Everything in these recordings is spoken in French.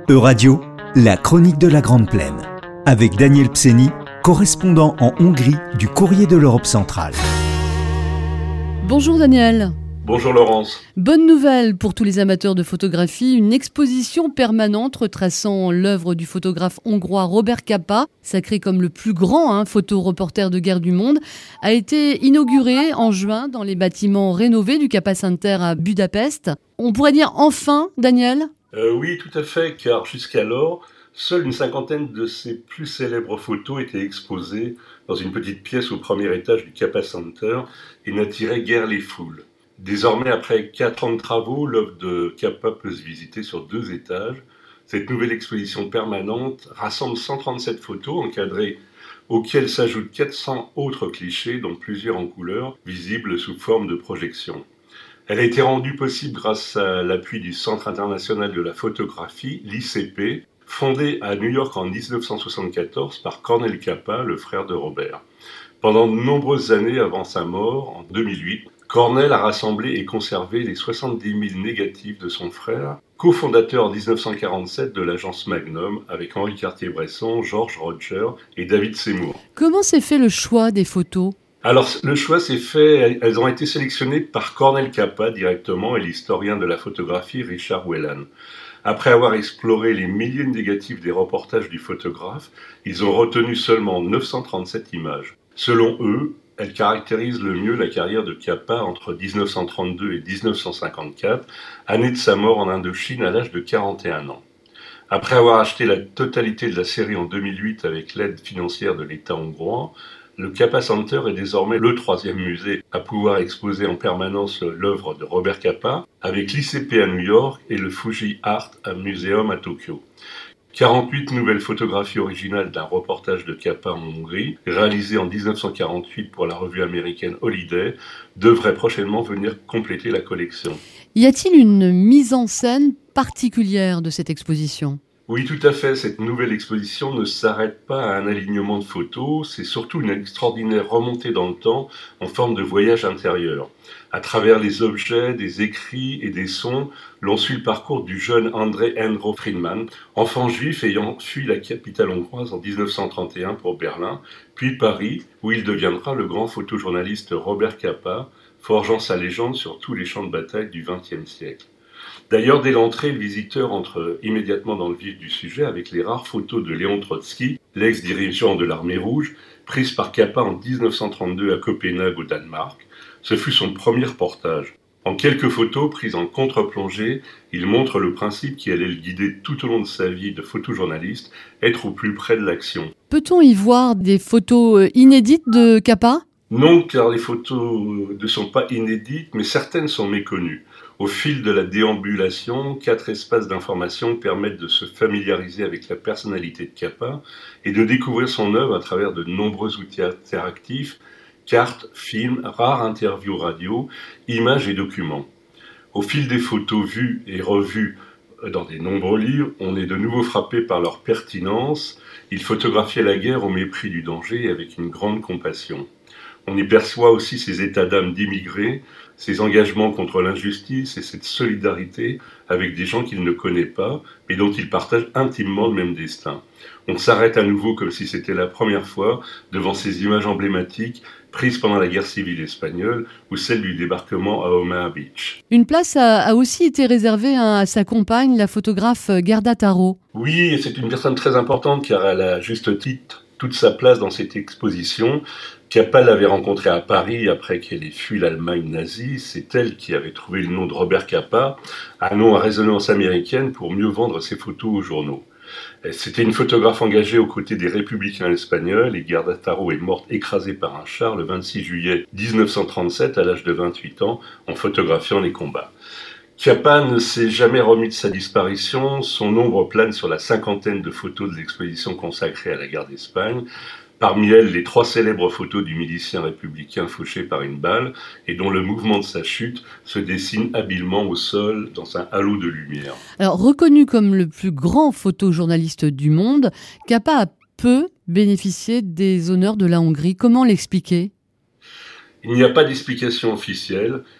Euradio, la chronique de la Grande Plaine. Avec Daniel Pseni, correspondant en Hongrie du Courrier de l'Europe centrale. Bonjour Daniel. Bonjour Laurence. Bonne nouvelle pour tous les amateurs de photographie, une exposition permanente retraçant l'œuvre du photographe hongrois Robert Capa, sacré comme le plus grand photoreporter de guerre du monde, a été inaugurée en juin dans les bâtiments rénovés du Capa Center à Budapest. On pourrait dire enfin, Daniel ? Oui, tout à fait, car jusqu'alors, seule une cinquantaine de ses plus célèbres photos étaient exposées dans une petite pièce au premier étage du Capa Center et n'attiraient guère les foules. Désormais, après 4 ans de travaux, l'œuvre de Capa peut se visiter sur 2 étages. Cette nouvelle exposition permanente rassemble 137 photos encadrées auxquelles s'ajoutent 400 autres clichés, dont plusieurs en couleur, visibles sous forme de projection. Elle a été rendue possible grâce à l'appui du Centre international de la photographie, l'ICP, fondé à New York en 1974 par Cornel Capa, le frère de Robert. Pendant de nombreuses années avant sa mort, en 2008, Cornel a rassemblé et conservé les 70 000 négatifs de son frère, cofondateur en 1947 de l'agence Magnum, avec Henri Cartier-Bresson, George Roger et David Seymour. Comment s'est fait le choix des photos ? Alors, le choix s'est fait, elles ont été sélectionnées par Cornel Capa directement et l'historien de la photographie Richard Whelan. Après avoir exploré les milliers de négatifs des reportages du photographe, ils ont retenu seulement 937 images. Selon eux, elles caractérisent le mieux la carrière de Capa entre 1932 et 1954, année de sa mort en Indochine à l'âge de 41 ans. Après avoir acheté la totalité de la série en 2008 avec l'aide financière de l'État hongrois, le Capa Center est désormais le 3e musée à pouvoir exposer en permanence l'œuvre de Robert Capa, avec l'ICP à New York et le Fuji Art Museum à Tokyo. 48 nouvelles photographies originales d'un reportage de Capa en Hongrie, réalisé en 1948 pour la revue américaine Holiday, devraient prochainement venir compléter la collection. Y a-t-il une mise en scène particulière de cette exposition ? Oui, tout à fait. Cette nouvelle exposition ne s'arrête pas à un alignement de photos, c'est surtout une extraordinaire remontée dans le temps en forme de voyage intérieur. À travers les objets, des écrits et des sons, l'on suit le parcours du jeune André Hendro Friedman, enfant juif ayant fui la capitale hongroise en 1931 pour Berlin, puis Paris, où il deviendra le grand photojournaliste Robert Capa, forgeant sa légende sur tous les champs de bataille du XXe siècle. D'ailleurs, dès l'entrée, le visiteur entre immédiatement dans le vif du sujet avec les rares photos de Léon Trotsky, l'ex-dirigeant de l'armée rouge, prises par Capa en 1932 à Copenhague au Danemark. Ce fut son premier reportage. En quelques photos prises en contre-plongée, il montre le principe qui allait le guider tout au long de sa vie de photojournaliste, être au plus près de l'action. Peut-on y voir des photos inédites de Capa ? Non, car les photos ne sont pas inédites, mais certaines sont méconnues. Au fil de la déambulation, 4 espaces d'information permettent de se familiariser avec la personnalité de Capa et de découvrir son œuvre à travers de nombreux outils interactifs, cartes, films, rares interviews radio, images et documents. Au fil des photos vues et revues dans des nombreux livres, on est de nouveau frappé par leur pertinence. Il photographiait la guerre au mépris du danger et avec une grande compassion. On y perçoit aussi ses états d'âme d'immigrés, ses engagements contre l'injustice et cette solidarité avec des gens qu'il ne connaît pas, mais dont il partage intimement le même destin. On s'arrête à nouveau comme si c'était la première fois devant ces images emblématiques prises pendant la guerre civile espagnole ou celle du débarquement à Omaha Beach. Une place a aussi été réservée à sa compagne, la photographe Gerda Taro. Oui, et c'est une personne très importante car elle a à juste titre toute sa place dans cette exposition. Capa l'avait rencontrée à Paris après qu'elle ait fui l'Allemagne nazie. C'est elle qui avait trouvé le nom de Robert Capa, un nom à résonance américaine pour mieux vendre ses photos aux journaux. C'était une photographe engagée aux côtés des républicains espagnols et Gerda Taro est morte écrasée par un char le 26 juillet 1937 à l'âge de 28 ans en photographiant les combats. Capa ne s'est jamais remis de sa disparition. Son ombre plane sur la cinquantaine de photos de l'exposition consacrée à la guerre d'Espagne. Parmi elles, les 3 célèbres photos du milicien républicain fauché par une balle et dont le mouvement de sa chute se dessine habilement au sol dans un halo de lumière. Alors, reconnu comme le plus grand photojournaliste du monde, Capa a peu bénéficié des honneurs de la Hongrie. Comment l'expliquer ? Il n'y a pas d'explication officielle,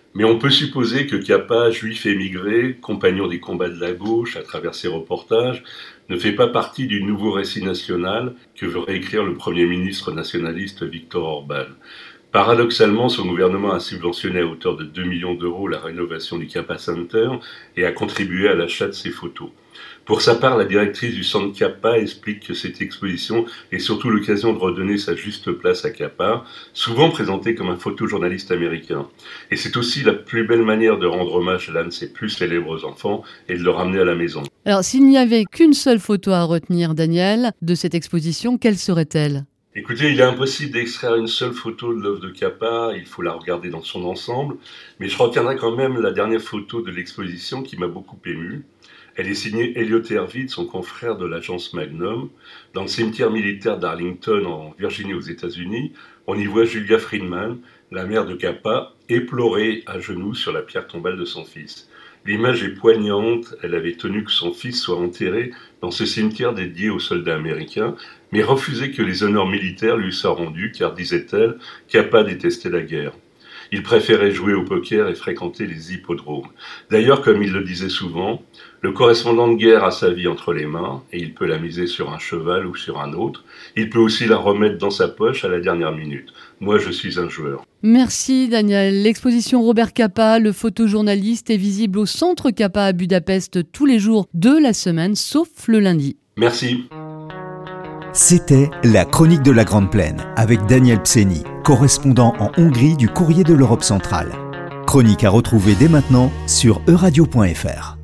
Mais on peut supposer que Capa, juif émigré, compagnon des combats de la gauche à travers ses reportages, ne fait pas partie du nouveau récit national que veut réécrire le Premier ministre nationaliste Viktor Orban. Paradoxalement, son gouvernement a subventionné à hauteur de 2 millions d'euros la rénovation du Capa Center et a contribué à l'achat de ses photos. Pour sa part, la directrice du centre Capa explique que cette exposition est surtout l'occasion de redonner sa juste place à Capa, souvent présenté comme un photojournaliste américain. Et c'est aussi la plus belle manière de rendre hommage à l'un de ses plus célèbres enfants et de le ramener à la maison. Alors, s'il n'y avait qu'une seule photo à retenir, Daniel, de cette exposition, quelle serait-elle ? Écoutez, il est impossible d'extraire une seule photo de l'œuvre de Capa, il faut la regarder dans son ensemble, mais je retiendrai quand même la dernière photo de l'exposition qui m'a beaucoup ému. Elle est signée Elliot Erwitt, son confrère de l'agence Magnum. Dans le cimetière militaire d'Arlington, en Virginie, aux États-Unis, on y voit Julia Friedman, la mère de Capa, éplorée à genoux sur la pierre tombale de son fils. L'image est poignante, elle avait tenu que son fils soit enterré dans ce cimetière dédié aux soldats américains, mais refusait que les honneurs militaires lui soient rendus, car, disait-elle, Capa détestait la guerre. Il préférait jouer au poker et fréquenter les hippodromes. D'ailleurs, comme il le disait souvent, le correspondant de guerre a sa vie entre les mains et il peut la miser sur un cheval ou sur un autre. Il peut aussi la remettre dans sa poche à la dernière minute. Moi, je suis un joueur. Merci Daniel. L'exposition Robert Capa, le photojournaliste, est visible au Centre Capa à Budapest tous les jours de la semaine, sauf le lundi. Merci. C'était la Chronique de la Grande Plaine avec Daniel Pseni, correspondant en Hongrie du Courrier de l'Europe centrale. Chronique à retrouver dès maintenant sur euradio.fr.